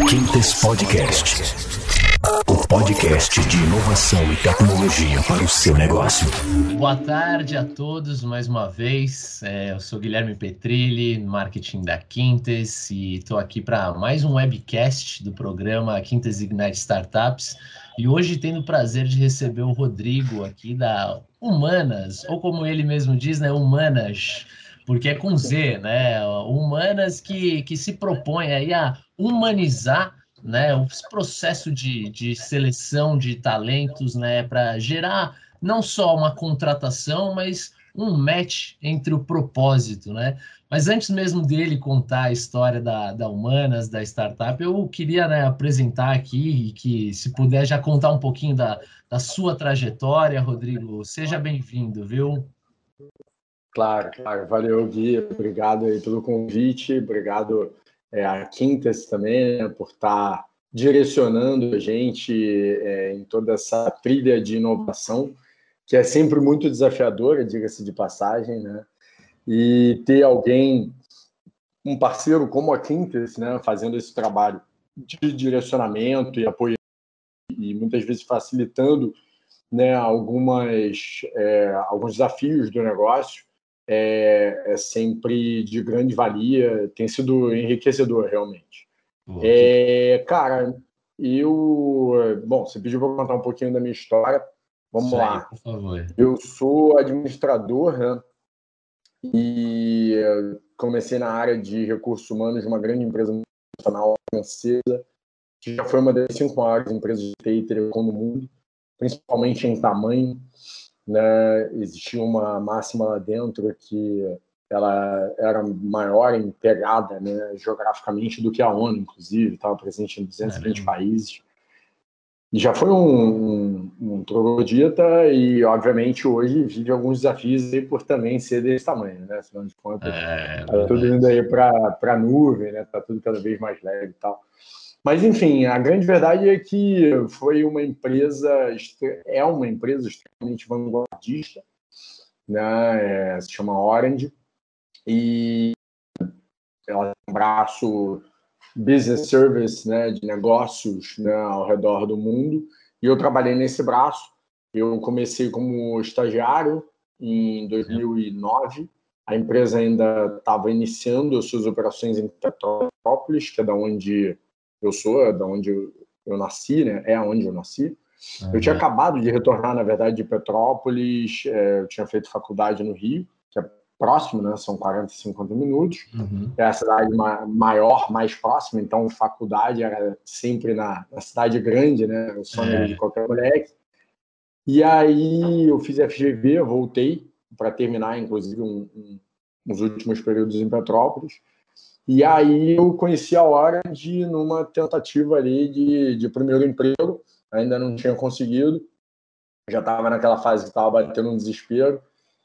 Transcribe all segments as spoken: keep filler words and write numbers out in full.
Quintes Podcast, o podcast de inovação e tecnologia para o seu negócio. Boa tarde a todos, mais uma vez. É, eu sou Guilherme Petrilli, marketing da Quintes, e estou aqui para mais um webcast do programa Quintes Ignite Startups. E hoje tendo o prazer de receber o Rodrigo aqui da Humanas, ou como ele mesmo diz, né, Humanas, porque é com Z, né? Humanas que, que se propõe aí a humanizar, né, o processo de, de seleção de talentos, né, para gerar não só uma contratação, mas um match entre o propósito, né? Mas antes mesmo dele contar a história da, da Humanas, da startup, eu queria, né, apresentar aqui e que, se puder, já contar um pouquinho da, da sua trajetória, Rodrigo. Seja bem-vindo, viu? Claro, claro. Valeu, Gui. Obrigado aí pelo convite. Obrigado é, a Quintes também, né, por estar direcionando a gente é, em toda essa trilha de inovação, que é sempre muito desafiadora, diga-se de passagem, né? E ter alguém, um parceiro como a Quintes, né, fazendo esse trabalho de direcionamento e apoio e muitas vezes facilitando, né, algumas, é, alguns desafios do negócio, é, é sempre de grande valia, tem sido enriquecedor, realmente. Pô, É, cara, eu... Bom, você pediu para eu contar um pouquinho da minha história. Vamos isso aí, lá. por favor. Eu sou administrador, né? E comecei na área de recursos humanos de uma grande empresa internacional francesa, que já foi uma das cinco maiores empresas de T I e telecom no mundo, principalmente em tamanho, né? Existia uma máxima lá dentro que ela era maior em pegada, né, geograficamente do que a ONU, inclusive, estava presente em duzentos e vinte Caramba. países. E já foi um, um, um troglodita e, obviamente, hoje vive alguns desafios aí por também ser desse tamanho, né? Afinal de contas, É, tá tudo indo aí para a nuvem, né? Tá tudo cada vez mais leve e tal. Mas, enfim, a grande verdade é que foi uma empresa, é uma empresa extremamente vanguardista, né? É, se chama Orange, e ela tem um braço business service, né, de negócios, né, ao redor do mundo, e eu trabalhei nesse braço. Eu comecei como estagiário em dois mil e nove, a empresa ainda estava iniciando as suas operações em Petrópolis, que é da onde eu sou, é da onde eu, eu nasci, né, é onde eu nasci. Uhum. Eu tinha acabado de retornar, na verdade, de Petrópolis, é, eu tinha feito faculdade no Rio, que é próximo, né, são quarenta, cinquenta minutos, Uhum. é a cidade maior, mais próxima, então faculdade era sempre na, na cidade grande, né? O sonho É. de qualquer moleque. E aí eu fiz F G V, voltei para terminar, inclusive, um, um, uns últimos períodos em Petrópolis. E aí eu conheci a Orange numa tentativa ali de, de primeiro emprego, ainda não tinha conseguido, já estava naquela fase que estava batendo um desespero.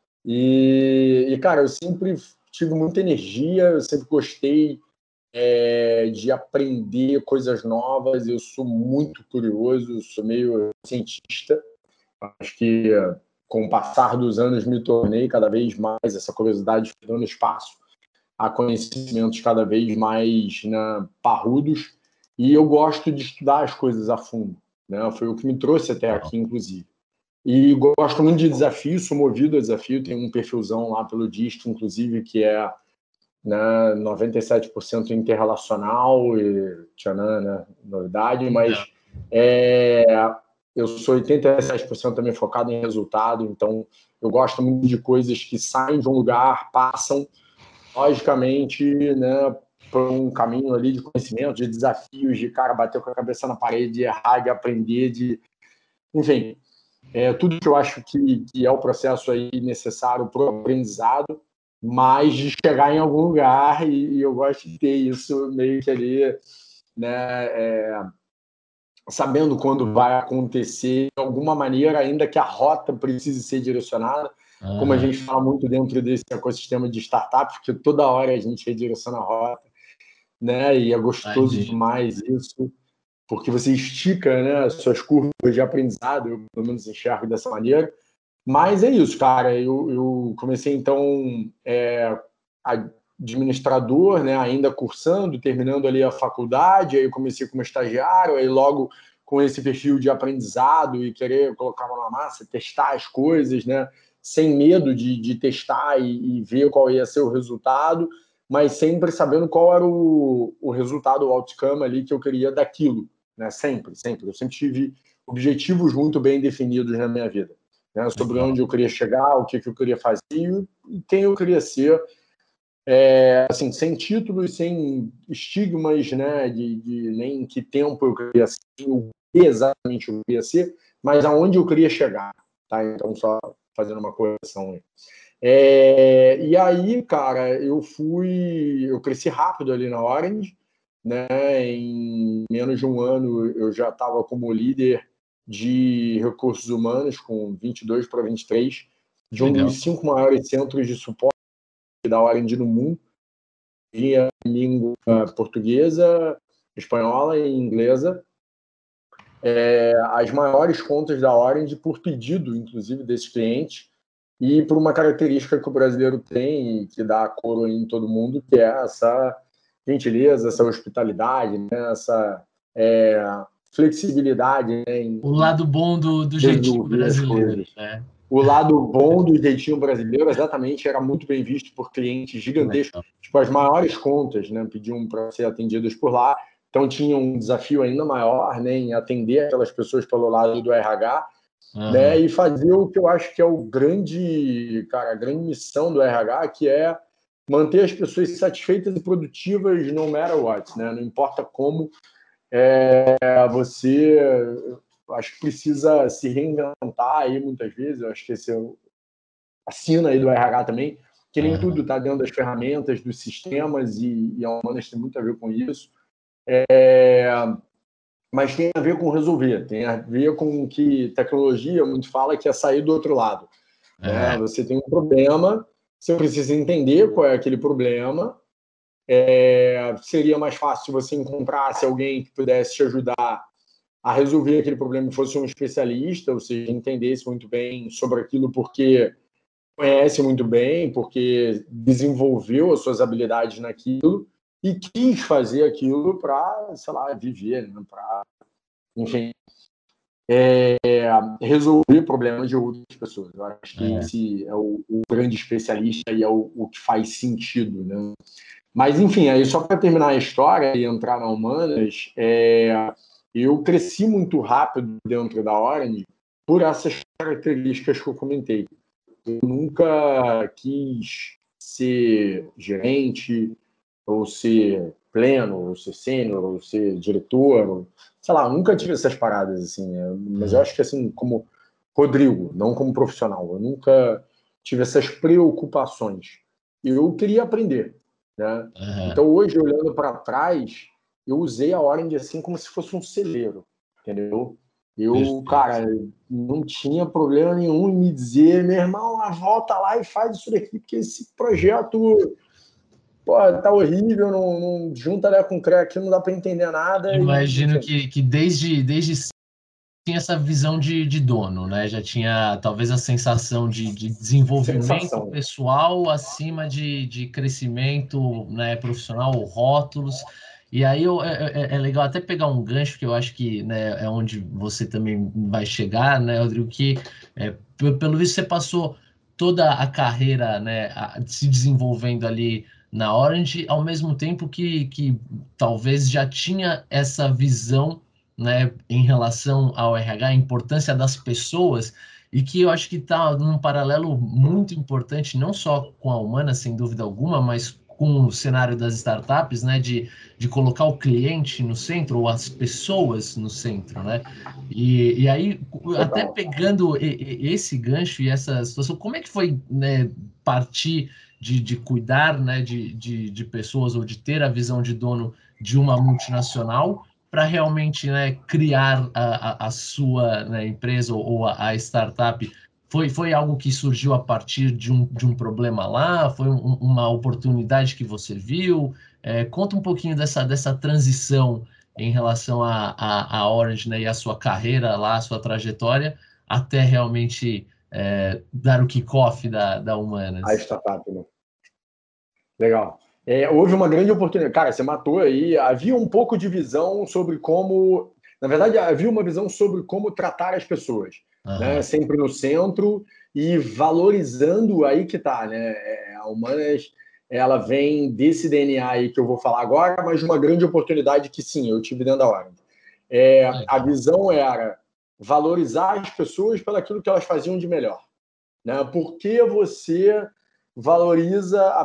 E, e, cara, eu sempre tive muita energia, eu sempre gostei é, de aprender coisas novas, eu sou muito curioso, sou meio cientista, acho que com o passar dos anos me tornei cada vez mais, essa curiosidade dando espaço a conhecimentos cada vez mais, né, parrudos, e eu gosto de estudar as coisas a fundo, né? Foi o que me trouxe até aqui, inclusive. E gosto muito de desafio, sou movido a desafio, tem um perfilzão lá pelo Dist, inclusive, que é, né, noventa e sete por cento interrelacional, e tchanã, né, novidade, mas é, eu sou oitenta e sete por cento também focado em resultado, então eu gosto muito de coisas que saem de um lugar, passam, logicamente, né, por um caminho ali de conhecimento, de desafios, de, cara, bater com a cabeça na parede, de errar, de aprender, de... Enfim, é, tudo que eu acho que, que é o processo aí necessário para o aprendizado, mas de chegar em algum lugar, e, e eu gosto de ter isso meio que ali, né, é, sabendo quando vai acontecer, de alguma maneira, ainda que a rota precise ser direcionada, uhum. Como a gente fala muito dentro desse ecossistema de startups, porque toda hora a gente redireciona a rota, né, e é gostoso Ai, demais isso, porque você estica, né, as suas curvas de aprendizado, eu pelo menos enxergo dessa maneira. Mas é isso, cara, eu, eu comecei então é, a administrador, né, ainda cursando, terminando ali a faculdade, aí eu comecei como estagiário, aí logo com esse perfil de aprendizado e querer colocar a mão na massa, testar as coisas, né, sem medo de, de testar e, e ver qual ia ser o resultado, mas sempre sabendo qual era o, o resultado, o outcome ali que eu queria daquilo, né, sempre, sempre. Eu sempre tive objetivos muito bem definidos na minha vida, né, sobre onde eu queria chegar, o que, que eu queria fazer e quem eu queria ser, é, assim, sem títulos, sem estigmas, né, de, de nem que tempo eu queria ser, o que exatamente eu queria ser, mas aonde eu queria chegar, tá? Então, só fazendo uma correção aí. É, e aí, cara, eu fui, eu cresci rápido ali na Orange, né? Em menos de um ano eu já estava como líder de recursos humanos, com vinte e dois para vinte e três, de um Legal. dos cinco maiores centros de suporte da Orange no mundo, em língua portuguesa, espanhola e inglesa. É, as maiores contas da Orange por pedido, inclusive, desses clientes, e por uma característica que o brasileiro tem e que dá a coroa em todo mundo, que é essa gentileza, essa hospitalidade, né? Essa é, flexibilidade, né? Em O lado bom do, do jeitinho resolver as brasileiro, coisas. né? O lado bom do jeitinho brasileiro, exatamente, era muito bem visto por clientes gigantescos. Legal. Tipo, as maiores contas, né, pediam para ser atendidas por lá. Então, tinha um desafio ainda maior, né, em atender aquelas pessoas pelo lado do R H, Uhum. né, e fazer o que eu acho que é o grande, cara, a grande missão do R H, que é manter as pessoas satisfeitas e produtivas no matter what, né? Não importa como, é, você... acho que precisa se reinventar aí muitas vezes. Eu acho que esse é o a sina aí do R H também, que nem Uhum. tudo está dentro das ferramentas, dos sistemas, e, e a Humanas tem muito a ver com isso. É, mas tem a ver com resolver, tem a ver com que tecnologia muito fala que é sair do outro lado. Né? É. Você tem um problema, você precisa entender qual é aquele problema. É, seria mais fácil se você encontrasse alguém que pudesse te ajudar a resolver aquele problema e fosse um especialista, ou seja, entendesse muito bem sobre aquilo, porque conhece muito bem, porque desenvolveu as suas habilidades naquilo e quis fazer aquilo para, sei lá, viver, né? Para, enfim, é, resolver problemas de outras pessoas. Eu acho que É. esse é o, o grande especialista e é o, o que faz sentido, né? Mas, enfim, aí só para terminar a história e entrar na Humanas, é, eu cresci muito rápido dentro da Orange por essas características que eu comentei. Eu nunca quis ser gerente, ou ser pleno, ou ser sênior, ou ser diretor, ou, sei lá, nunca tive essas paradas, assim, né? Mas eu acho que, assim, como Rodrigo, não como profissional, eu nunca tive essas preocupações. Eu queria aprender, né? Uhum. Então, hoje, olhando para trás, eu usei a Orange assim como se fosse um celeiro, entendeu? Eu, Perfeito. cara, não tinha problema nenhum em me dizer, meu irmão, volta lá e faz isso daqui, porque esse projeto, pô, tá horrível, não, não junta, né, com crack, não dá para entender nada. E, Imagino enfim, que, que desde, desde sempre tinha essa visão de, de dono, né? Já tinha talvez a sensação de, de desenvolvimento sensação. pessoal acima de, de crescimento, né, profissional, ou rótulos. E aí eu, é, é- é legal até pegar um gancho, que eu acho que, né, é onde você também vai chegar, né, Rodrigo, que é, pe- pelo visto você passou toda a carreira, né, a- se desenvolvendo ali na Orange, ao mesmo tempo que, que talvez já tinha essa visão, né, em relação ao R H, a importância das pessoas, e que eu acho que está num paralelo muito importante, não só com a Humana, sem dúvida alguma, mas com o cenário das startups, né, de, de colocar o cliente no centro, ou as pessoas no centro, né? E, e aí, até Total. pegando e- e- esse gancho e essa situação, como é que foi, né, partir de, de cuidar, né, de, de, de pessoas, ou de ter a visão de dono de uma multinacional, para realmente, né, criar a, a, a sua, né, empresa, ou, ou a, a startup? Foi, foi algo que surgiu a partir de um, de um problema lá? Foi um- uma oportunidade que você viu? É, conta um pouquinho dessa, dessa transição em relação a, a, a Orange, né, e a sua carreira lá, a sua trajetória, até realmente é, dar o kickoff da, da A Humanas. startup, né? Legal. É, houve uma grande oportunidade. Cara, você matou aí. Havia um pouco de visão sobre como... Na verdade, havia uma visão sobre como tratar as pessoas, Aham. né? Sempre no centro e valorizando, aí que tá, né? É, a Humanas, ela vem desse D N A aí que eu vou falar agora, mas de uma grande oportunidade que, sim, eu tive dentro da Orange. É, a Legal. visão era valorizar as pessoas pelo aquilo que elas faziam de melhor, né? Por que você valoriza a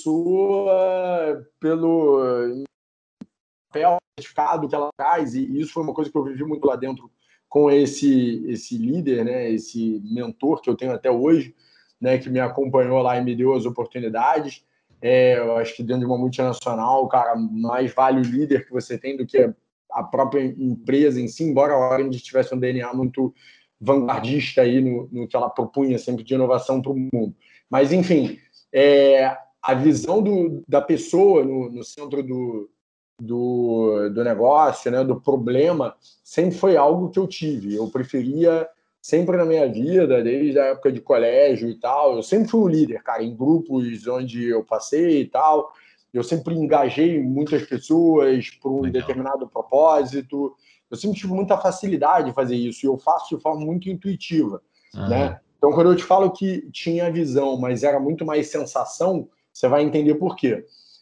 pessoa pelo papel certificado que ela traz? E isso foi uma coisa que eu vivi muito lá dentro com esse esse líder, né? Esse mentor que eu tenho até hoje, né? Que me acompanhou lá e me deu as oportunidades. É, eu acho que dentro de uma multinacional, cara, mais vale o líder que você tem do que a própria empresa em si, embora a Orange tivesse um D N A muito vanguardista aí no, no que ela propunha sempre de inovação para o mundo. Mas, enfim, é, a visão do, da pessoa no, no centro do, do, do negócio, né, do problema, sempre foi algo que eu tive. Eu preferia sempre na minha vida, desde a época de colégio e tal, eu sempre fui um líder, cara, em grupos onde eu passei e tal. Eu sempre engajei muitas pessoas por um Legal. determinado propósito. Eu sempre tive muita facilidade de fazer isso e eu faço de forma muito intuitiva, Aham. né? Então, quando eu te falo que tinha visão, mas era muito mais sensação, você vai entender por quê.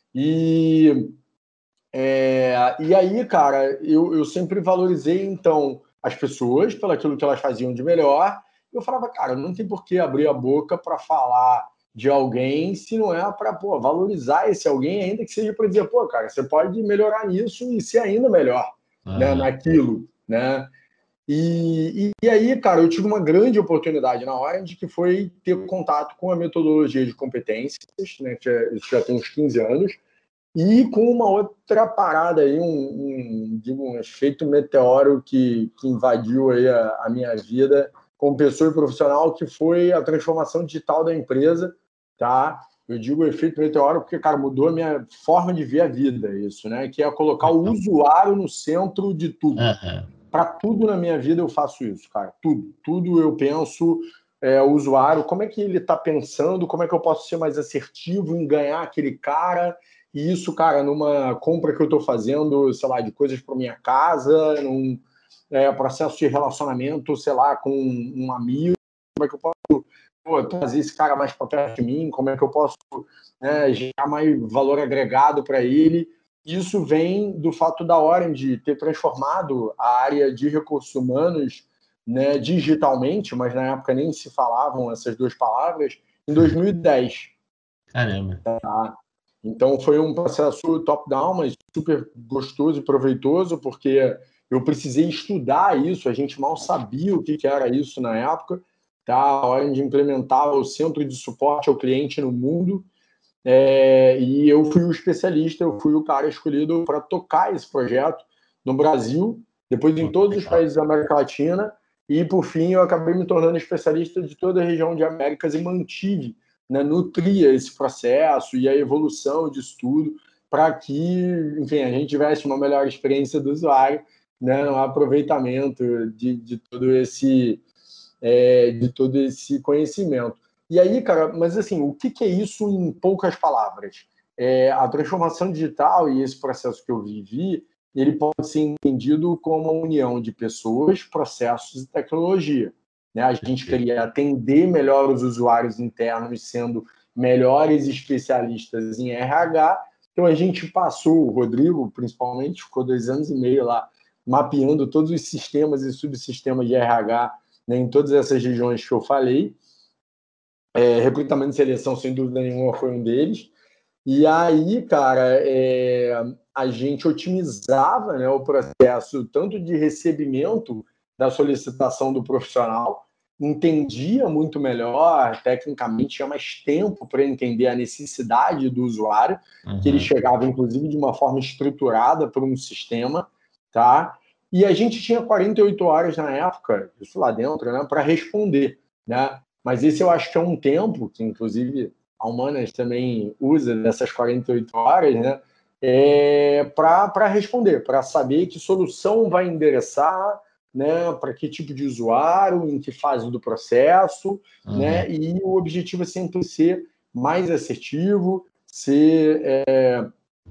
E, é, e aí, cara, eu, eu sempre valorizei, então, as pessoas pelo aquilo que elas faziam de melhor. Eu falava, cara, não tem por que abrir a boca para falar de alguém se não é para valorizar esse alguém, ainda que seja para dizer, pô, cara, você pode melhorar nisso e ser ainda melhor, né, Aham. naquilo, né? E, e, e aí, cara, eu tive uma grande oportunidade na Orange, que foi ter contato com a metodologia de competências, né, que é- isso já tem uns quinze anos, e com uma outra parada aí, um, um, digo, um efeito meteoro que, que invadiu aí a, a minha vida como pessoa e profissional, que foi a transformação digital da empresa, tá? Eu digo efeito meteoro porque, cara, mudou a minha forma de ver a vida, isso, né? Que é colocar o Legal. usuário no centro de tudo. Aham. Para tudo na minha vida eu faço isso, cara. Tudo. Tudo eu penso é, o usuário, como é que ele está pensando, como é que eu posso ser mais assertivo em ganhar aquele cara. E isso, cara, numa compra que eu estou fazendo, sei lá, de coisas para minha casa, num é, processo de relacionamento, sei lá, com um amigo, como é que eu posso pô, trazer esse cara mais para perto de mim, como é que eu posso é, gerar mais valor agregado para ele. Isso vem do fato da Orange ter transformado a área de recursos humanos, né, digitalmente, mas na época nem se falavam essas duas palavras, em dois mil e dez. Caramba. Tá? Então foi um processo top-down, mas super gostoso e proveitoso, porque eu precisei estudar isso, a gente mal sabia o que era isso na época. Tá? A Orange implementava o centro de suporte ao cliente no mundo, é, e eu fui o especialista, eu fui o cara escolhido para tocar esse projeto no Brasil, depois em Pô, todos os legal. países da América Latina, e por fim eu acabei me tornando especialista de toda a região de Américas e mantive, né, nutria esse processo e a evolução disso tudo para que, enfim, a gente tivesse uma melhor experiência do usuário, né, no aproveitamento de, de todo esse é, de todo esse conhecimento. E aí, cara, mas assim, o que, que é isso em poucas palavras? É, a transformação digital e esse processo que eu vivi, ele pode ser entendido como uma união de pessoas, processos e tecnologia. Né? A gente queria atender melhor os usuários internos, sendo melhores especialistas em R H. Então a gente passou, o Rodrigo principalmente, ficou dois anos e meio lá mapeando todos os sistemas e subsistemas de R H, né, em todas essas regiões que eu falei. É, recrutamento e seleção, sem dúvida nenhuma, foi um deles. E aí, cara, é, a gente otimizava, né, o processo tanto de recebimento da solicitação do profissional, entendia muito melhor, tecnicamente tinha mais tempo para entender a necessidade do usuário, que ele Uhum. chegava, inclusive, de uma forma estruturada para um sistema, tá? E a gente tinha quarenta e oito horas na época, isso lá dentro, né, para responder, né? Mas esse eu acho que é um tempo que, inclusive, a Humanas também usa dessas quarenta e oito horas, né, é, para responder, para saber que solução vai endereçar, né, para que tipo de usuário, em que fase do processo, Uhum. né, e o objetivo é sempre ser mais assertivo, ser é,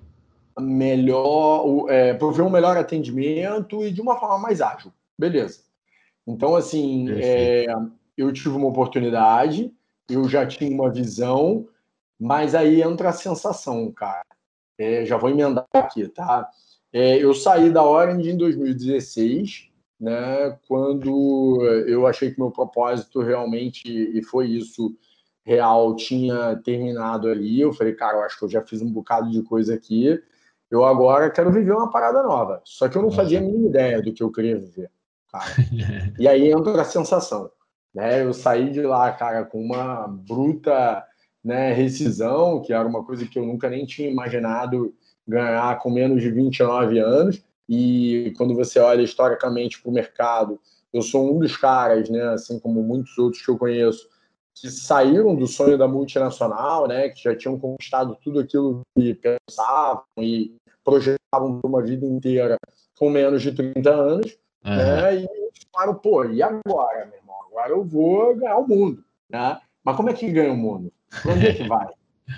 melhor, é, prover um melhor atendimento e de uma forma mais ágil. Beleza. Então, assim, é, eu tive uma oportunidade, eu já tinha uma visão, mas aí entra a sensação, cara. É, já vou emendar aqui, tá? É, eu saí da Orange em dois mil e dezesseis, né, quando eu achei que meu propósito realmente, e foi isso, real, tinha terminado ali. Eu falei, cara, eu acho que eu já fiz um bocado de coisa aqui, eu agora quero viver uma parada nova. Só que eu não fazia a mínima ideia do que eu queria viver, cara. E aí entra a sensação, né? Eu saí de lá, cara, com uma bruta, né, rescisão, que era uma coisa que eu nunca nem tinha imaginado ganhar com menos de vinte e nove anos. E quando você olha historicamente para o mercado, eu sou um dos caras, né, assim como muitos outros que eu conheço, que saíram do sonho da multinacional, né, que já tinham conquistado tudo aquilo que pensavam e projetavam por uma vida inteira com menos de trinta anos, uhum. né, e falaram, pô, e agora, meu irmão? Agora eu vou ganhar o mundo, né? Mas como é que ganha o mundo? Por onde é que vai?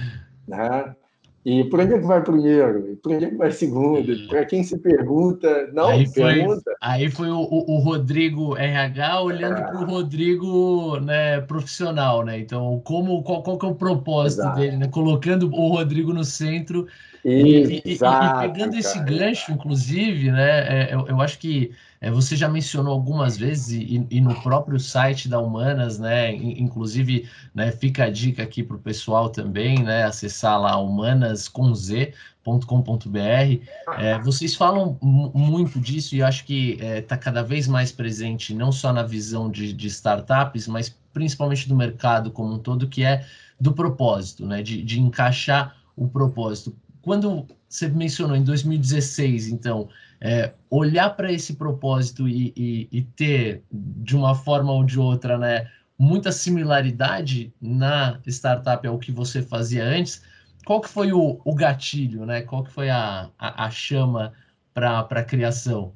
né? E por onde é que vai primeiro? E por onde é que vai segundo? E para quem se pergunta, não, aí foi, pergunta. Aí foi o, o Rodrigo R H olhando é... para o Rodrigo, né, profissional, né? Então, como, qual, qual que é o propósito Exato. dele, né? Colocando o Rodrigo no centro e, Exato, e, e, e pegando cara. esse gancho, inclusive, né? É, eu, eu acho que é, você já mencionou algumas vezes e, e no próprio site da Humanas, né? Inclusive, né, fica a dica aqui para o pessoal também, né? Acessar lá humanas com z ponto com ponto b r. É, vocês falam muito disso e acho que está é, cada vez mais presente não só na visão de, de startups, mas principalmente do mercado como um todo, que é do propósito, né? De, de encaixar o propósito. Quando você mencionou em dois mil e dezesseis, então, é, olhar para esse propósito e, e, e ter, de uma forma ou de outra, né, muita similaridade na startup ao que você fazia antes, qual que foi o, o gatilho, né? Qual que foi a, a, a chama para a criação?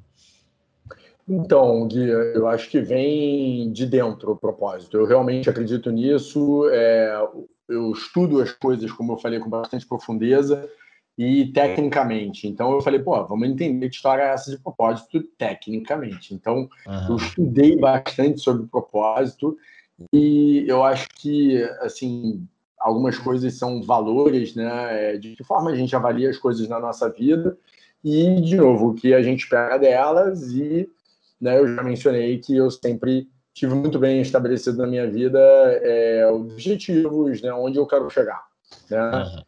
Então, Gui, eu acho que vem de dentro o propósito. Eu realmente acredito nisso. É, eu estudo as coisas, como eu falei, com bastante profundeza e tecnicamente. Então, eu falei, pô, vamos entender que história é essa de propósito tecnicamente. Então, uhum. eu estudei bastante sobre propósito e eu acho que, assim, algumas coisas são valores, né? De que forma a gente avalia as coisas na nossa vida e, de novo, o que a gente espera delas. E, né, eu já mencionei que eu sempre tive muito bem estabelecido na minha vida é, objetivos, né? Onde eu quero chegar, né? Uhum.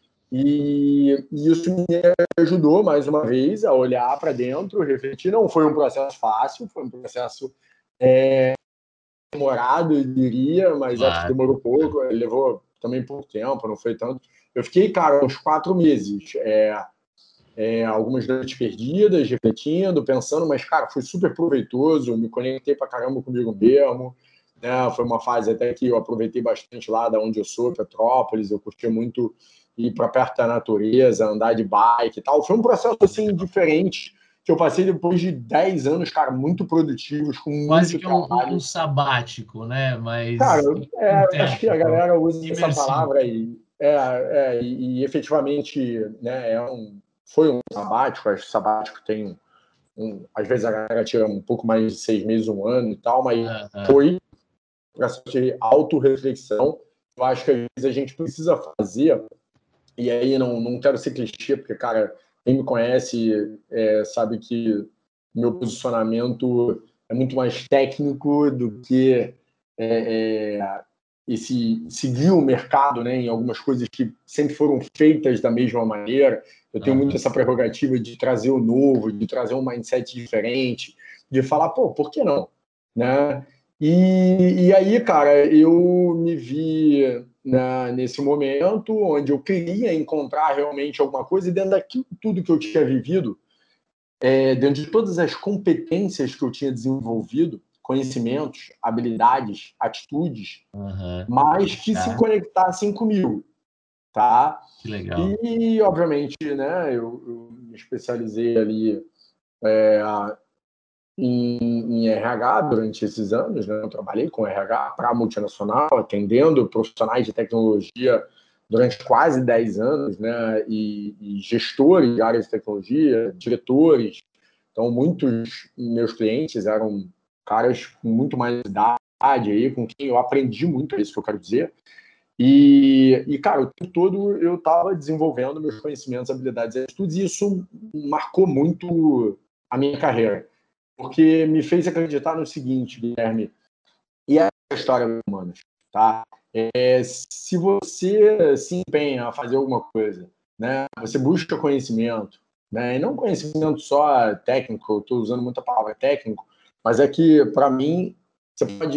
E, e isso me ajudou, mais uma vez, a olhar para dentro, refletir. Não foi um processo fácil, foi um processo é, demorado, eu diria, mas claro. Acho que demorou pouco, levou também pouco tempo, não foi tanto. Eu fiquei, cara, uns quatro meses, é, é, algumas noites perdidas, refletindo, pensando, mas, cara, foi super proveitoso, me conectei pra caramba comigo mesmo, né? Foi uma fase até que eu aproveitei bastante lá da onde eu sou, Petrópolis, eu curti muito ir para perto da natureza, andar de bike e tal. Foi um processo, assim, diferente, que eu passei depois de dez anos, cara, muito produtivos, com quase muito que um, trabalho. um sabático, né? Mas cara, é, acho que a galera usa imersivo. essa palavra aí. É, é, e, e efetivamente, né, é um, foi um sabático. Acho que sabático tem um, um, às vezes a galera tira um pouco mais de seis meses, um ano e tal, mas uh-huh. foi um processo de autorreflexão. Eu acho que às vezes a gente precisa fazer, e aí não, não quero ser clichê, porque, cara, quem me conhece é, sabe que meu posicionamento é muito mais técnico do que é, é, esse seguir o mercado, né, em algumas coisas que sempre foram feitas da mesma maneira. Eu tenho uhum. muito essa prerrogativa de trazer o novo, de trazer um mindset diferente, de falar, pô, por que não? Né? E, e aí, cara, eu me vi na, nesse momento onde eu queria encontrar realmente alguma coisa, e dentro daquilo tudo que eu tinha vivido, é, dentro de todas as competências que eu tinha desenvolvido, conhecimentos, habilidades, atitudes, uhum. mas que se conectassem comigo, tá? Que legal. E, obviamente, né, eu, eu me especializei ali é, em, em R H durante esses anos, né? Eu trabalhei com R H para multinacional, atendendo profissionais de tecnologia durante quase dez anos, né, e, e gestores de áreas de tecnologia, diretores. Então, muitos meus clientes eram caras com muito mais idade, aí, com quem eu aprendi muito, é isso que eu quero dizer. E, e cara, o tempo todo eu estava desenvolvendo meus conhecimentos, habilidades e atitudes, e isso marcou muito a minha carreira, porque me fez acreditar no seguinte, Guilherme, e é a história dos humanos, tá? É, se você se empenha a fazer alguma coisa, né, você busca conhecimento, né, e não conhecimento só técnico, eu estou usando muita palavra técnico, mas é que, para mim, você pode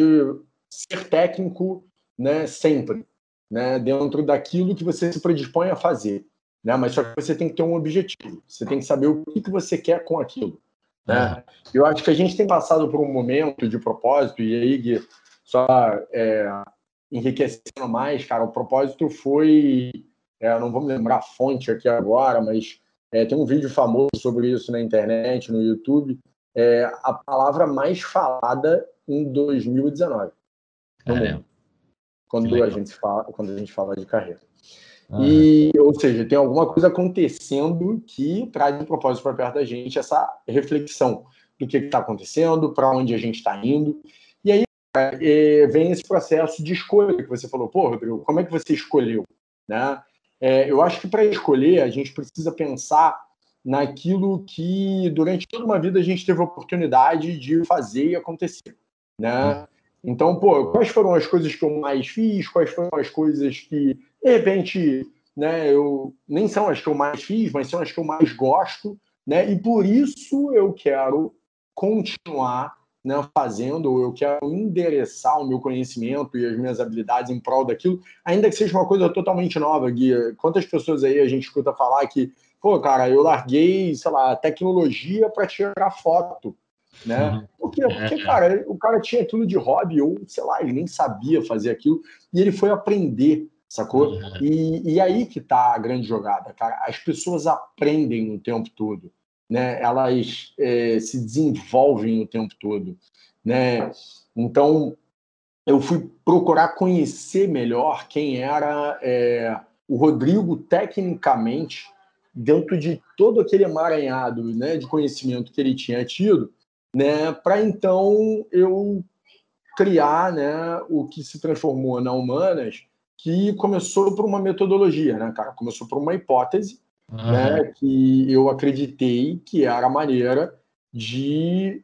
ser técnico, né, sempre, né, dentro daquilo que você se predispõe a fazer, né, mas só que você tem que ter um objetivo, você tem que saber o que você quer com aquilo. Né? Eu acho que a gente tem passado por um momento de propósito, e aí, Gui, só é, enriquecendo mais, cara, o propósito foi, é, não vou me lembrar a fonte aqui agora, mas é, tem um vídeo famoso sobre isso na internet, no YouTube, é, a palavra mais falada em dois mil e dezenove. Caramba. Quando a gente fala, quando a gente fala de carreira. Uhum. E, ou seja, tem alguma coisa acontecendo que traz um propósito para perto da gente, essa reflexão do que está acontecendo, para onde a gente está indo. E aí cara, é, vem esse processo de escolha que você falou. Pô, Rodrigo, como é que você escolheu? Né? É, eu acho que para escolher, a gente precisa pensar naquilo que durante toda uma vida a gente teve a oportunidade de fazer e acontecer. Né? Então, pô, quais foram as coisas que eu mais fiz? Quais foram as coisas que, de repente, né, eu nem são as que eu mais fiz, mas são as que eu mais gosto, né? E por isso eu quero continuar, né, fazendo, ou eu quero endereçar o meu conhecimento e as minhas habilidades em prol daquilo, ainda que seja uma coisa totalmente nova, Gui. Quantas pessoas aí a gente escuta falar que, pô, cara, eu larguei, sei lá, tecnologia para tirar foto. Né? Por quê? Porque, cara, o cara tinha aquilo de hobby, ou, sei lá, ele nem sabia fazer aquilo, e ele foi aprender, sacou? Uhum. E, e aí que tá a grande jogada, cara. As pessoas aprendem o tempo todo, né? Elas é, se desenvolvem o tempo todo, né? Então, eu fui procurar conhecer melhor quem era é, o Rodrigo tecnicamente, dentro de todo aquele emaranhado, né, de conhecimento que ele tinha tido, né, para então eu criar, né, o que se transformou na Humanas, que começou por uma metodologia, né, cara? Começou por uma hipótese, uhum. né, que eu acreditei que era a maneira de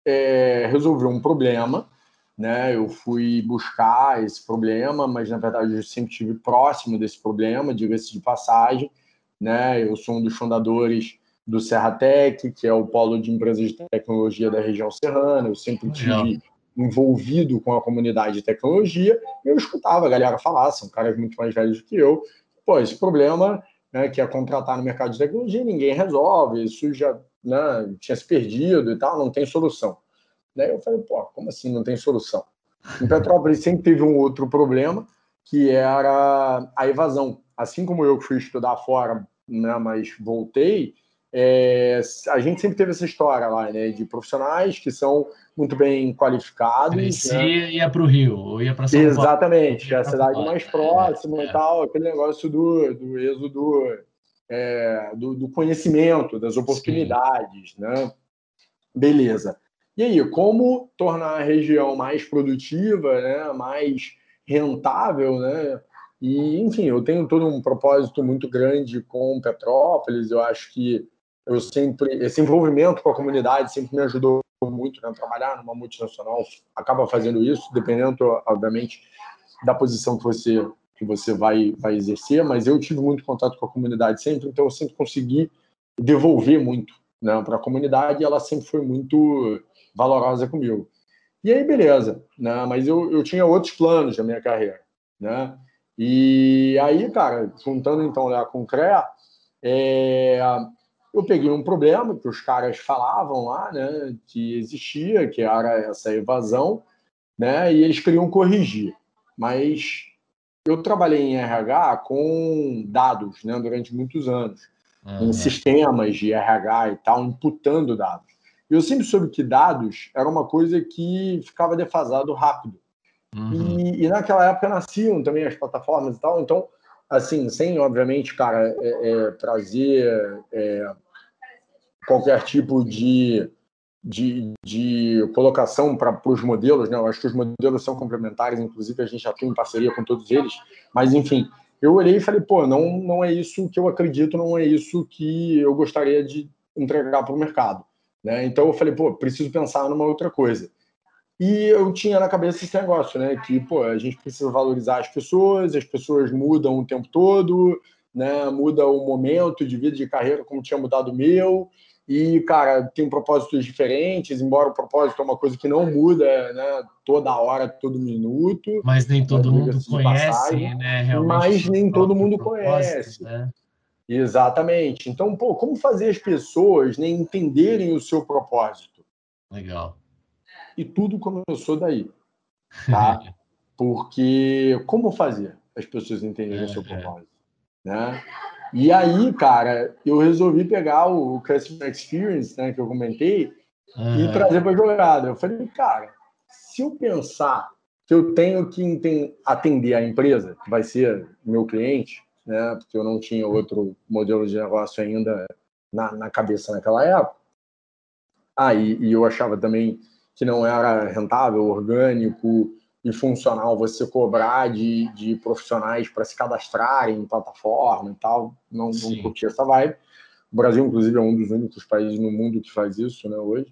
é, resolver um problema, né? Eu fui buscar esse problema, mas na verdade eu sempre estive próximo desse problema, diga-se de passagem, né? Eu sou um dos fundadores do Serratec, que é o polo de empresas de tecnologia da região serrana. Eu sempre tive envolvido com a comunidade de tecnologia. Eu escutava a galera falar, são caras muito mais velhos do que eu. Pô, esse problema, né, que é contratar no mercado de tecnologia, ninguém resolve, isso já, né, tinha se perdido e tal, não tem solução. Daí eu falei, pô, como assim não tem solução? Em Petrópolis sempre teve um outro problema, que era a evasão. Assim como eu que fui estudar fora, né, mas voltei, é, a gente sempre teve essa história lá, né, de profissionais que são muito bem qualificados. Crescia né? e ia para o Rio, ou ia para São Paulo. Exatamente, é a cidade mais próxima é, e tal, aquele negócio do, do êxodo é, do, do conhecimento, das oportunidades, Sim. né? Beleza. E aí, como tornar a região mais produtiva, né, mais rentável, né? E, enfim, eu tenho todo um propósito muito grande com Petrópolis. Eu acho que eu sempre esse envolvimento com a comunidade sempre me ajudou muito, né? Trabalhar numa multinacional acaba fazendo isso, dependendo, obviamente, da posição que você que você vai vai exercer. Mas eu tive muito contato com a comunidade sempre, então eu sempre consegui devolver muito, né, para a comunidade, e ela sempre foi muito valorosa comigo. E aí, beleza, né? Mas eu, eu tinha outros planos na minha carreira, né? E aí, cara, juntando então lá com o C R E A, é, eu peguei um problema que os caras falavam lá, né, que existia, que era essa evasão, né? E eles queriam corrigir. Mas eu trabalhei em R H com dados, né, durante muitos anos. Uhum. Em sistemas de R H e tal, imputando dados. E eu sempre soube que dados era uma coisa que ficava defasado rápido. Uhum. E, e naquela época nasciam também as plataformas e tal, então assim, sem, obviamente, cara, é, é, trazer é, qualquer tipo de, de, de colocação para os modelos, né? Eu acho que os modelos são complementares, inclusive a gente já tem parceria com todos eles, mas, enfim, eu olhei e falei, pô, não, não é isso que eu acredito, não é isso que eu gostaria de entregar para o mercado, né? Então eu falei, pô, preciso pensar numa outra coisa. E eu tinha na cabeça esse negócio, né? Que, pô, a gente precisa valorizar as pessoas, as pessoas mudam o tempo todo, né? Muda o momento de vida, de carreira, como tinha mudado o meu. E, cara, tem propósitos diferentes, embora o propósito é uma coisa que não muda, né? Toda hora, todo minuto, Mas nem né? todo mundo Diga-se de conhece, passagem, né, realmente o mas seu nem todo próprio mundo propósito, conhece. né? Exatamente. Então, pô, como fazer as pessoas, né, entenderem o seu propósito? Legal. E tudo começou daí, tá? Porque como fazer as pessoas entenderem o seu Uhum. propósito, né? E aí, cara, eu resolvi pegar o Customer Experience, né, que eu comentei, e Uhum. trazer para a jogada. Eu falei, cara, se eu pensar que eu tenho que atender a empresa, que vai ser meu cliente, né, porque eu não tinha outro modelo de negócio ainda na, na cabeça naquela época, aí ah, e eu achava também que não era rentável, orgânico e funcional você cobrar de, de profissionais para se cadastrarem em plataforma e tal. Não, não curtia essa vibe. O Brasil, inclusive, é um dos únicos países no mundo que faz isso, né, hoje.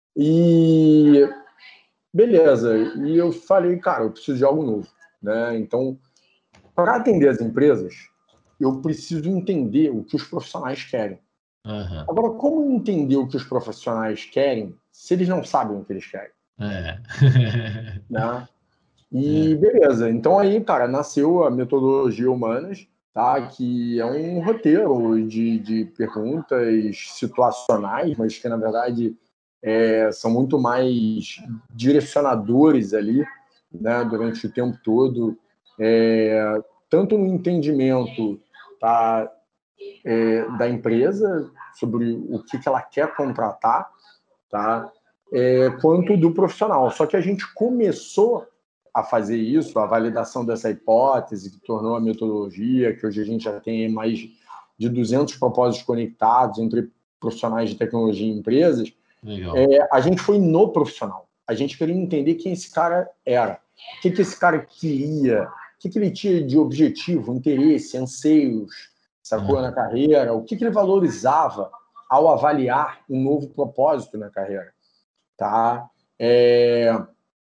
E beleza. E eu falei, cara, eu preciso de algo novo, né? Então, para atender as empresas, eu preciso entender o que os profissionais querem. Uhum. Agora, como entender o que os profissionais querem se eles não sabem o que eles querem? É. Né? E beleza. Então aí, cara, nasceu a metodologia Humanas, tá? Que é um roteiro de, de perguntas situacionais, mas que, na verdade, é, são muito mais direcionadores ali, né? Durante o tempo todo, é, tanto no entendimento, tá? É, da empresa, sobre o que, que ela quer contratar, tá? É, quanto do profissional. Só que a gente começou a fazer isso, a validação dessa hipótese, que tornou a metodologia, que hoje a gente já tem mais de duzentos propósitos conectados entre profissionais de tecnologia e empresas. É, a gente foi no profissional. A gente queria entender quem esse cara era, o que, que esse cara queria, o que, que ele tinha de objetivo, interesse, anseios, sacou, uhum. na carreira, o que, que ele valorizava ao avaliar um novo propósito na carreira. Tá? É...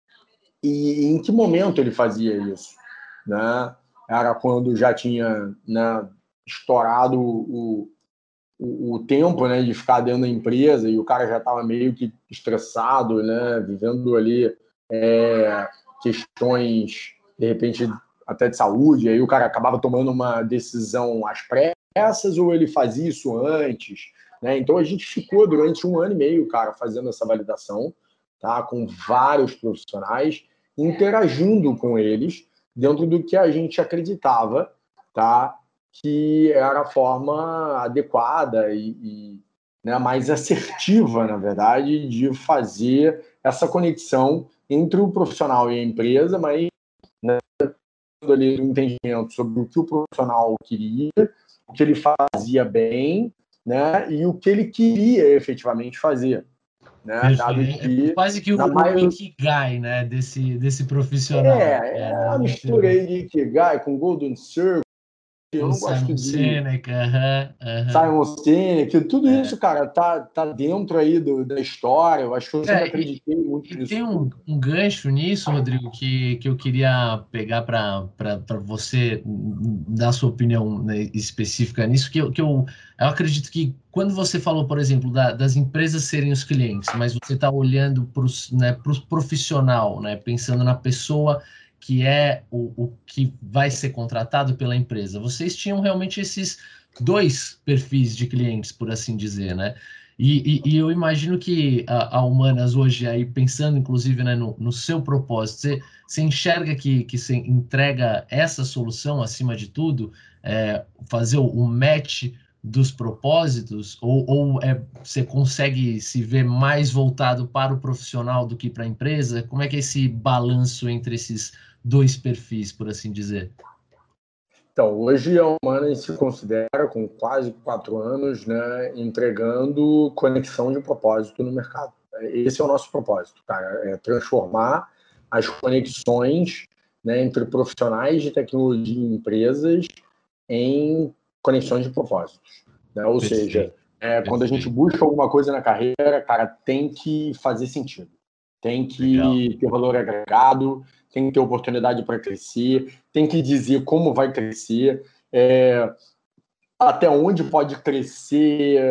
E em que momento ele fazia isso? Né? Era quando já tinha, né, estourado o, o, o tempo, né, de ficar dentro da empresa e o cara já estava meio que estressado, né, vivendo ali é, questões, de repente, até de saúde, aí o cara acabava tomando uma decisão às pressas ou ele fazia isso antes, né? Então a gente ficou durante um ano e meio, cara, fazendo essa validação, tá, com vários profissionais, interagindo com eles dentro do que a gente acreditava, tá, que era a forma adequada e, e né, mais assertiva, na verdade, de fazer essa conexão entre o profissional e a empresa, mas, né, ali do entendimento sobre o que o profissional queria, o que ele fazia bem, né, e o que ele queria efetivamente fazer. Né? Dado que, é quase que o, maioria... o Ikigai, né, desse, desse profissional. É, é a mistura aí de Ikigai com Golden Circle. Eu não gosto de Sinek, uh-huh, uh-huh. Simon Sinek, tudo é. isso, cara, tá, tá dentro aí do, da história. Eu acho que eu sempre é, acreditei e, muito e nisso. Tem um, um gancho nisso, Rodrigo, que, que eu queria pegar para você dar sua opinião, né, específica nisso, que, eu, que eu, eu acredito que quando você falou, por exemplo, da, das empresas serem os clientes, mas você está olhando para né, o profissional, né, pensando na pessoa que é o, o que vai ser contratado pela empresa. Vocês tinham realmente esses dois perfis de clientes, por assim dizer, né? E, e, e eu imagino que a, a Humanas hoje, aí pensando inclusive, né, no, no seu propósito, você, você enxerga que, que você entrega essa solução acima de tudo, é, fazer o, o match dos propósitos, ou, ou é, você consegue se ver mais voltado para o profissional do que para a empresa? Como é que é esse balanço entre esses dois perfis, por assim dizer? Então, hoje a Humanas se considera, com quase quatro anos, né, entregando conexão de propósito no mercado. Esse é o nosso propósito, cara, é transformar as conexões, né, entre profissionais de tecnologia e empresas em conexões de propósitos. Né? Ou Perfeito. seja, é, quando a gente busca alguma coisa na carreira, cara, tem que fazer sentido. Tem que Legal. ter valor agregado, tem que ter oportunidade para crescer, tem que dizer como vai crescer, é, até onde pode crescer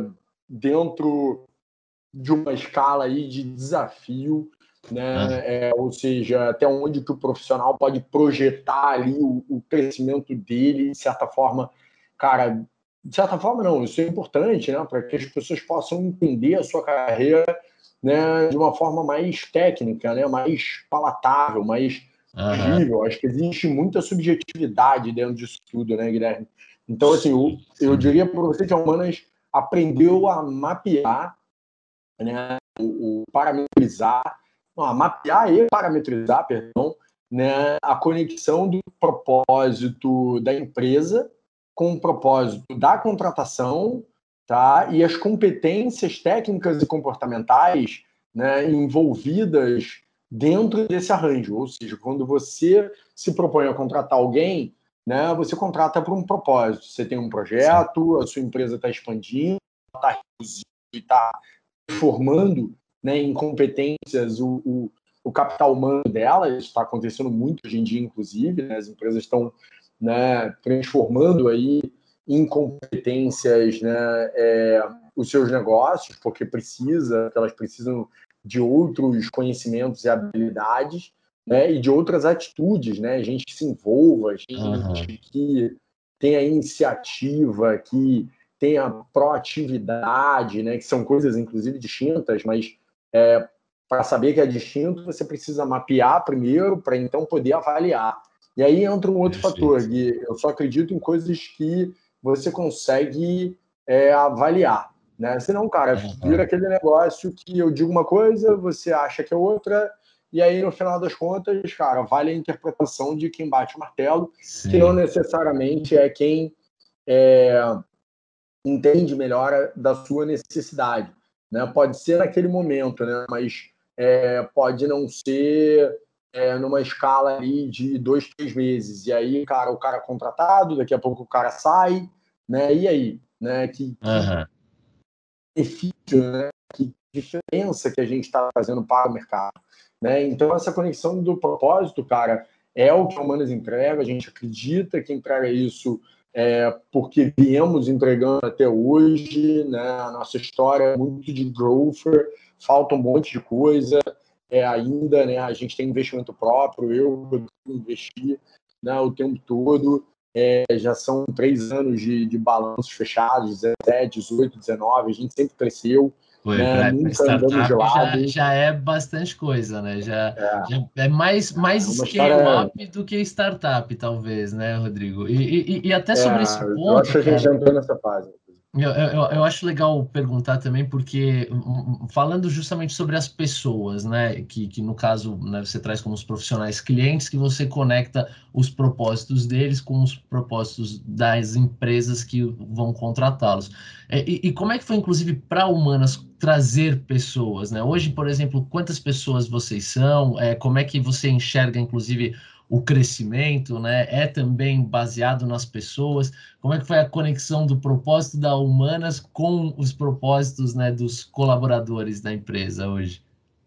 dentro de uma escala aí de desafio, né? Ah. É, ou seja, até onde que o profissional pode projetar ali o, o crescimento dele, de certa forma, cara, de certa forma não, isso é importante, né? Para que as pessoas possam entender a sua carreira, né, de uma forma mais técnica, né, mais palatável, mais visível. Uhum. Acho que existe muita subjetividade dentro disso tudo, né, Guilherme? Então, assim, eu, eu diria para você que a Humanas aprendeu a mapear, né, o, o parametrizar, não, a mapear e parametrizar, perdão, né, a conexão do propósito da empresa com o propósito da contratação, tá? E as competências técnicas e comportamentais, né, envolvidas dentro desse arranjo. Ou seja, quando você se propõe a contratar alguém, né, você contrata por um propósito. Você tem um projeto, a sua empresa está expandindo, está reduzindo e está formando, né, em competências o, o, o capital humano dela. Isso está acontecendo muito hoje em dia, inclusive, né? As empresas estão, né, transformando aí em competências, né, é, os seus negócios, porque precisa, elas precisam de outros conhecimentos e habilidades, né, e de outras atitudes, né, gente que se envolva, gente uhum. que tenha iniciativa, que tenha proatividade, né, que são coisas, inclusive, distintas, mas é, para saber que é distinto, você precisa mapear primeiro, para então poder avaliar. E aí entra um outro Perfeito. fator, Gui. Eu só acredito em coisas que você consegue é, avaliar, né? Senão, cara, vira aquele negócio que eu digo uma coisa, você acha que é outra, e aí, no final das contas, cara, vale a interpretação de quem bate o martelo, Sim. que não necessariamente é quem é, entende melhor da sua necessidade, né? Pode ser naquele momento, né? Mas é, pode não ser é, numa escala ali de dois, três meses. E aí, cara, o cara é contratado, daqui a pouco o cara sai, né? E aí, né? Que, uhum. que benefício, né? Que diferença que a gente está fazendo para o mercado, né? Então, essa conexão do propósito, cara, é o que a Humanas entrega. A gente acredita que entrega isso é, porque viemos entregando até hoje, né? A nossa história é muito de growth, falta um monte de coisa é, ainda, né? A gente tem investimento próprio, eu, eu investi, né, o tempo todo. É, já são três anos de, de balanços fechados, dezessete, dezoito, dezenove, a gente sempre cresceu. Foi, né? pra, Nunca pra andamos de lado. Já, já é bastante coisa, né? Já é, já é mais, mais é scale-up história... do que startup, talvez, né, Rodrigo? E, e, e até sobre é, esse ponto, eu acho que a gente cara, entrou nessa fase. Eu, eu, eu acho legal perguntar também, porque falando justamente sobre as pessoas, né, que, que no caso, né, você traz como os profissionais clientes, que você conecta os propósitos deles com os propósitos das empresas que vão contratá-los. E, e como é que foi, inclusive, para a Humanas trazer pessoas, né? Hoje, por exemplo, quantas pessoas vocês são? É, como é que você enxerga, inclusive, o crescimento, né? É também baseado nas pessoas. Como é que foi a conexão do propósito da Humanas com os propósitos, né, dos colaboradores da empresa hoje?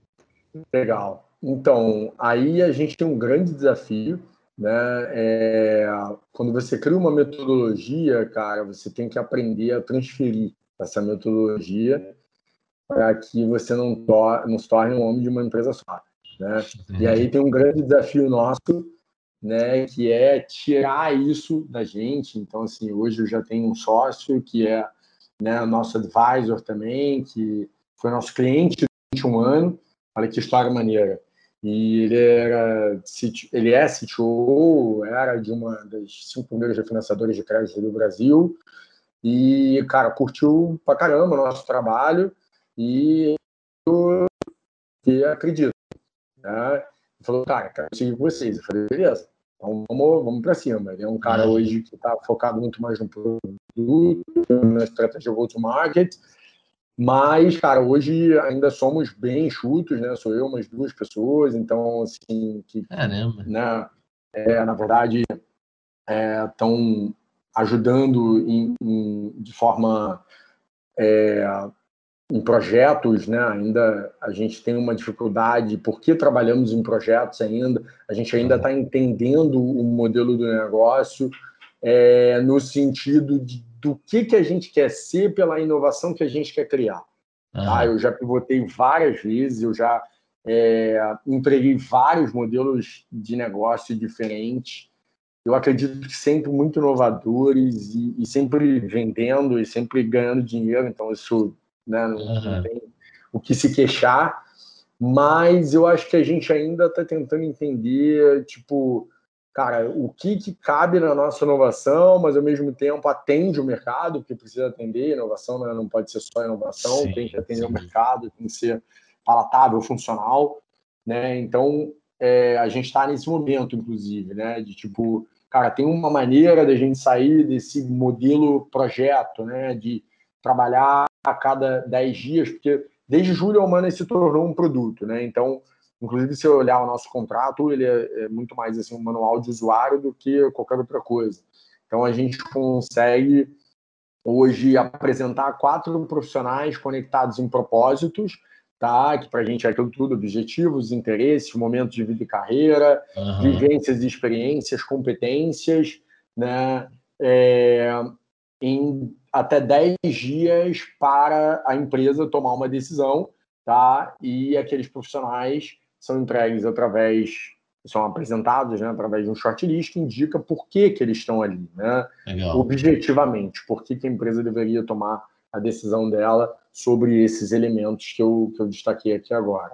Legal. Então, aí a gente tem um grande desafio, né? É, quando você cria uma metodologia, cara, você tem que aprender a transferir essa metodologia para que você não, to não se torne um homem de uma empresa só, né? E aí tem um grande desafio nosso, né, que é tirar isso da gente. Então, assim, hoje eu já tenho um sócio que é, né, nosso advisor também, que foi nosso cliente durante um ano. Olha que história maneira. E ele era, ele é C T O, era de uma das cinco primeiras refinanciadoras de crédito do Brasil. E, cara, curtiu pra caramba o nosso trabalho e eu acredito, né? Ele falou, cara, quero seguir com vocês. Eu falei, beleza. Então, vamos, vamos para cima. Ele é um cara hoje que está focado muito mais no produto, na estratégia go-to-market, mas, cara, hoje ainda somos bem enxutos, né? Sou eu, umas duas pessoas, então, assim, que, Caramba. né, é, na verdade, estão é, ajudando em, em, de forma... É, em projetos, né? Ainda a gente tem uma dificuldade, porque trabalhamos em projetos ainda, a gente ainda está entendendo o modelo do negócio, é, no sentido de, do que, que a gente quer ser pela inovação que a gente quer criar. Tá? Eu já pivotei várias vezes, eu já é, entreguei vários modelos de negócio diferentes, eu acredito que sempre muito inovadores e, e sempre vendendo e sempre ganhando dinheiro, então isso... Né? Não, uhum. não tem o que se queixar, mas eu acho que a gente ainda está tentando entender, tipo, cara, o que, que cabe na nossa inovação, mas ao mesmo tempo atende o mercado, porque precisa atender, inovação, né? Não pode ser só inovação, sim, tem que atender sim. o mercado, tem que ser palatável, funcional, né? Então, é, a gente está nesse momento, inclusive, né? De tipo, cara, tem uma maneira da gente sair desse modelo projeto, né? De trabalhar a cada dez dias, porque desde julho a Humanas se tornou um produto, né? Então, inclusive, se eu olhar o nosso contrato, ele é, é muito mais assim, um manual de usuário do que qualquer outra coisa. Então, a gente consegue hoje apresentar quatro profissionais conectados em propósitos, tá? Que para a gente é aquilo tudo, objetivos, interesses, momentos de vida e carreira, uhum. vivências e experiências, competências, né? É, em até dez dias para a empresa tomar uma decisão, tá? E aqueles profissionais são entregues através, são apresentados, né, através de um shortlist que indica por que, que eles estão ali, né? Legal. Objetivamente, por que, que a empresa deveria tomar a decisão dela sobre esses elementos que eu, que eu destaquei aqui agora.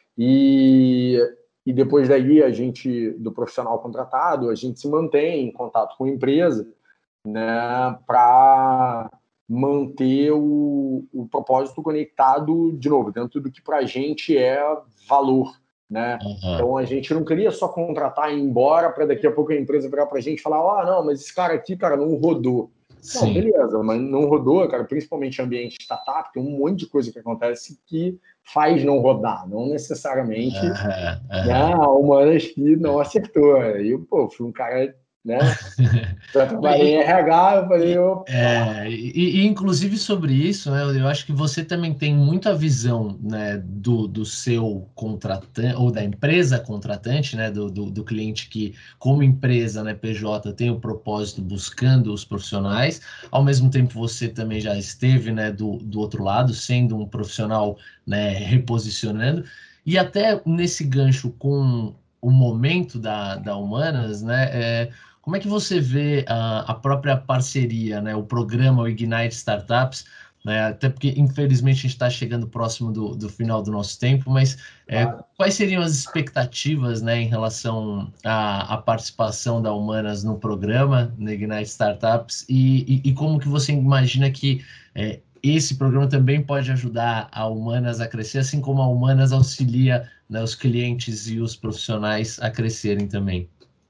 E, e depois daí, a gente, do profissional contratado, a gente se mantém em contato com a empresa, né, para manter o, o propósito conectado, de novo, dentro do que para a gente é valor, né? Uhum. Então, a gente não queria só contratar e ir embora para daqui a pouco a empresa virar para a gente e falar, ah, oh, não, mas esse cara aqui, cara, não rodou. Sim. Não, beleza, mas não rodou, cara, principalmente em ambiente startup, tem um monte de coisa que acontece que faz não rodar, não necessariamente uhum. Uhum. Né, a Humanas que não acertou. Aí, pô, fui um cara... né? Eu trabalhei em R H, eu falei... Opa. É, e, e inclusive sobre isso, né, eu acho que você também tem muita visão, né, do, do seu contratante, ou da empresa contratante, né, do, do, do cliente que, como empresa, né, P J, tem o propósito buscando os profissionais, ao mesmo tempo você também já esteve, né, do, do outro lado, sendo um profissional, né, reposicionando, e até nesse gancho com o momento da, da Humanas, né, é, como é que você vê a, a própria parceria, né, o programa, o Ignite Startups, né, até porque, infelizmente, a gente está chegando próximo do, do final do nosso tempo, mas é, claro. Quais seriam as expectativas, né, em relação à, à participação da Humanas no programa, no Ignite Startups, e, e, e como que você imagina que é, esse programa também pode ajudar a Humanas a crescer, assim como a Humanas auxilia, né, os clientes e os profissionais a crescerem também?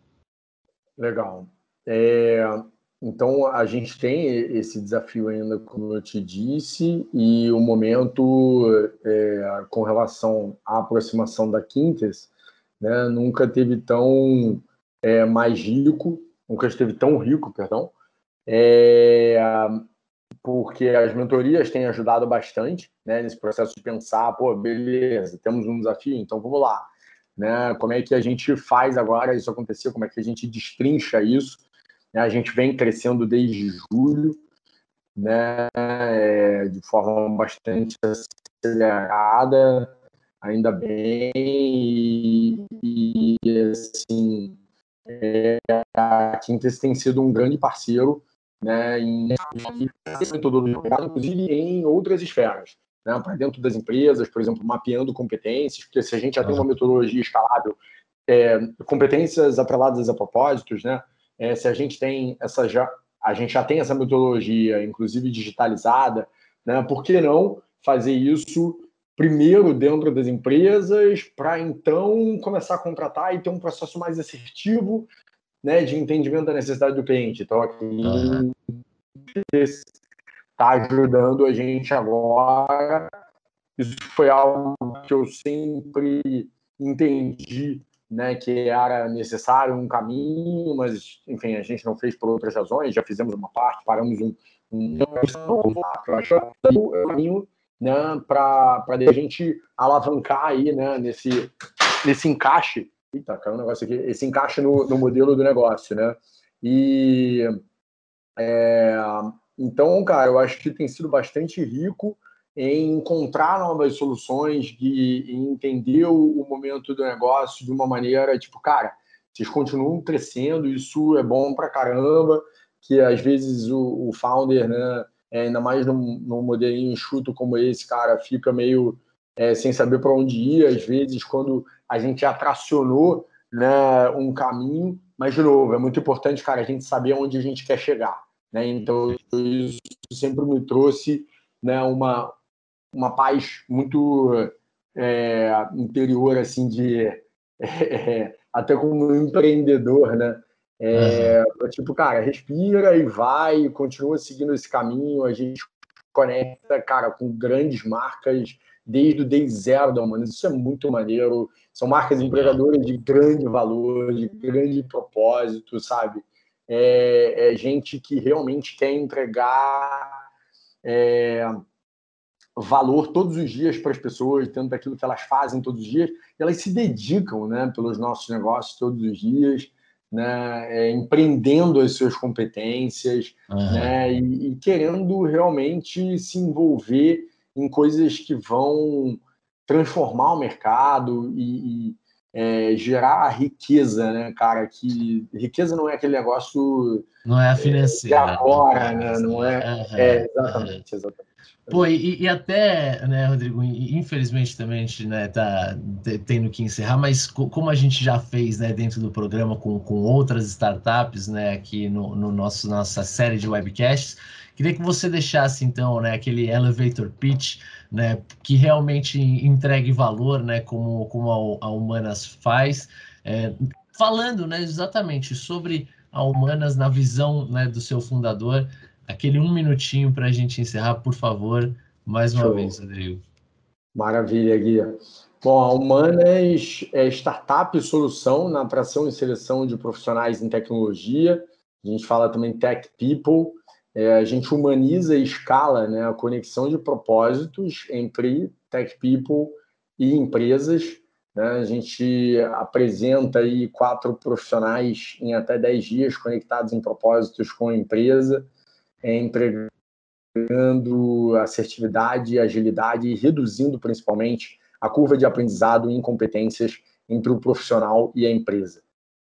Legal. É, então, a gente tem esse desafio ainda, como eu te disse, e o momento é, com relação à aproximação da Quintes, né, nunca teve tão é, mais rico, nunca esteve tão rico, perdão, é, porque as mentorias têm ajudado bastante, né, nesse processo de pensar, pô, beleza, temos um desafio, então vamos lá. Né? Como é que a gente faz agora isso acontecer, como é que a gente destrincha isso, né? A gente vem crescendo desde julho, né? É, de forma bastante acelerada, ainda bem, e, e assim, é, a Quintes tem sido um grande parceiro, né, em metodologia, inclusive em outras esferas. Né, para dentro das empresas, por exemplo, mapeando competências, porque se a gente já tem uma metodologia escalável, é, competências atreladas a propósitos, né, é, se a gente tem essa já, a gente já tem essa metodologia, inclusive digitalizada, né, por que não fazer isso primeiro dentro das empresas, para então começar a contratar e ter um processo mais assertivo né, de entendimento da necessidade do cliente. Então, aqui Uhum. está ajudando a gente agora. Isso foi algo que eu sempre entendi, né, que era necessário um caminho, mas, enfim, a gente não fez por outras razões, já fizemos uma parte, paramos um... um eu acho que o caminho, né, para a gente alavancar aí, né, nesse, nesse encaixe, eita, caiu um negócio aqui, esse encaixe no, no modelo do negócio, né, e... É, então, cara, eu acho que tem sido bastante rico em encontrar novas soluções e entender o, o momento do negócio de uma maneira, tipo, cara, vocês continuam crescendo, isso é bom pra caramba, que às vezes o, o founder, né, é, ainda mais num, num modelinho enxuto como esse, cara, fica meio é, sem saber para onde ir, às vezes quando a gente atracionou, né, um caminho, mas de novo, é muito importante, cara, a gente saber onde a gente quer chegar, né? Então isso sempre me trouxe, né, uma uma paz muito é, interior, assim, de é, até como empreendedor, né? É, Uhum. tipo, cara, respira e vai, continua seguindo esse caminho, a gente conecta, cara, com grandes marcas desde o day zero da Humanas, isso é muito maneiro, são marcas Legal. empregadoras de grande valor, de grande propósito, sabe? É, é gente que realmente quer entregar é, valor todos os dias para as pessoas, dentro daquilo que elas fazem todos os dias, e elas se dedicam, né, pelos nossos negócios todos os dias, né, é, empreendendo as suas competências, Uhum. né, e, e querendo realmente se envolver em coisas que vão transformar o mercado e, e é, gerar riqueza, né, cara? Que riqueza não é aquele negócio Não é a de financeira, né, agora, né? apenas, Não né? é, é Aham, aham. exatamente, exatamente. Pô, e, e até, né, Rodrigo, e- infelizmente também a gente, né, tá te- tendo que encerrar, mas co- como a gente já fez, né, dentro do programa com, com outras startups, né, aqui no, no nosso, nossa série de webcasts, queria que você deixasse, então, né, aquele elevator pitch, né, que realmente entregue valor, né, como, como a, a Humanas faz, é, falando, né, exatamente sobre a Humanas na visão, né, do seu fundador. Aquele um minutinho para a gente encerrar, por favor, mais uma Show. vez, Rodrigo. Maravilha, Guia. Bom, a Humanas é startup e solução na atração e seleção de profissionais em tecnologia. A gente fala também Tech People. É, a gente humaniza e escala, né, a conexão de propósitos entre Tech People e empresas. Né? A gente apresenta aí quatro profissionais em até dez dias conectados em propósitos com a empresa, é, entregando assertividade, agilidade e reduzindo principalmente a curva de aprendizado e incompetências entre o profissional e a empresa.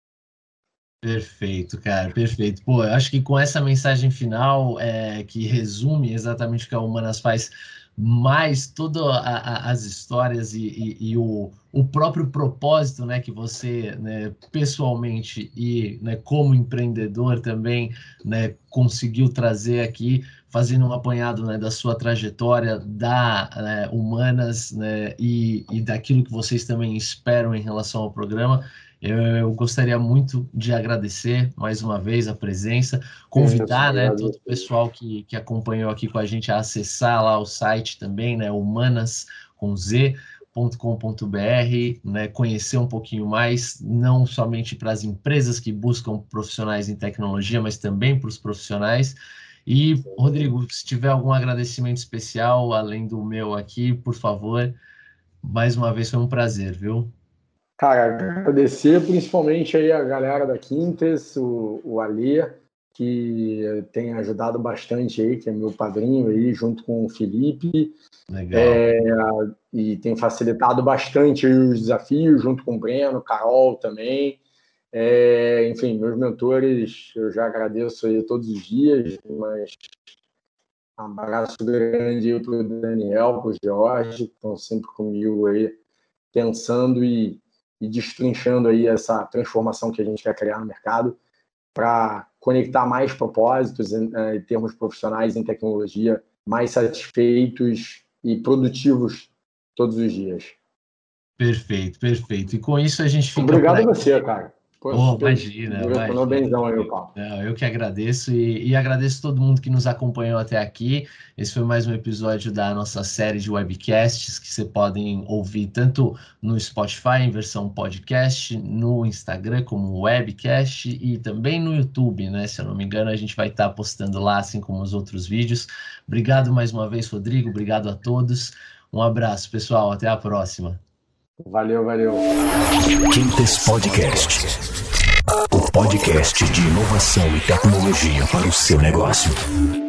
Perfeito, cara, perfeito. Pô, eu acho que com essa mensagem final, é, que resume exatamente o que a Humanas faz, mais todas as histórias e, e, e o, o próprio propósito, né, que você, né, pessoalmente e, né, como empreendedor também, né, conseguiu trazer aqui, fazendo um apanhado, né, da sua trajetória, da, né, Humanas, né, e, e daquilo que vocês também esperam em relação ao programa. Eu gostaria muito de agradecer mais uma vez a presença, Isso, convidar, né, obrigado a todo o vocês. pessoal que, que acompanhou aqui com a gente a acessar lá o site também, né, humanas com z ponto com ponto br, né, conhecer um pouquinho mais, não somente para as empresas que buscam profissionais em tecnologia, mas também para os profissionais. E, Rodrigo, se tiver algum agradecimento especial, além do meu aqui, por favor, mais uma vez foi um prazer, viu? Cara, agradecer principalmente aí a galera da Quintes, o, o Alê, que tem ajudado bastante aí, que é meu padrinho aí, junto com o Felipe, Legal. é, e tem facilitado bastante aí os desafios, junto com o Breno, Carol também. É, enfim, meus mentores, eu já agradeço aí todos os dias, mas um abraço grande para o Daniel, para o Jorge, que estão sempre comigo aí, pensando e, e destrinchando aí essa transformação que a gente quer criar no mercado para conectar mais propósitos em, em termos profissionais em tecnologia, mais satisfeitos e produtivos todos os dias. Perfeito, perfeito. E com isso a gente fica por Obrigado a aqui. você, cara. Pô, Oh, imagina, direcionou benzão aí o papo. Não, eu que agradeço e, e agradeço todo mundo que nos acompanhou até aqui. Esse foi mais um episódio da nossa série de webcasts que vocês podem ouvir tanto no Spotify em versão podcast, no Instagram como webcast e também no YouTube, né? Se eu não me engano, a gente vai estar postando lá, assim como os outros vídeos. Obrigado mais uma vez, Rodrigo. Obrigado a todos. Um abraço, pessoal. Até a próxima. Valeu, valeu. Quintes Podcast. O podcast de inovação e tecnologia para o seu negócio.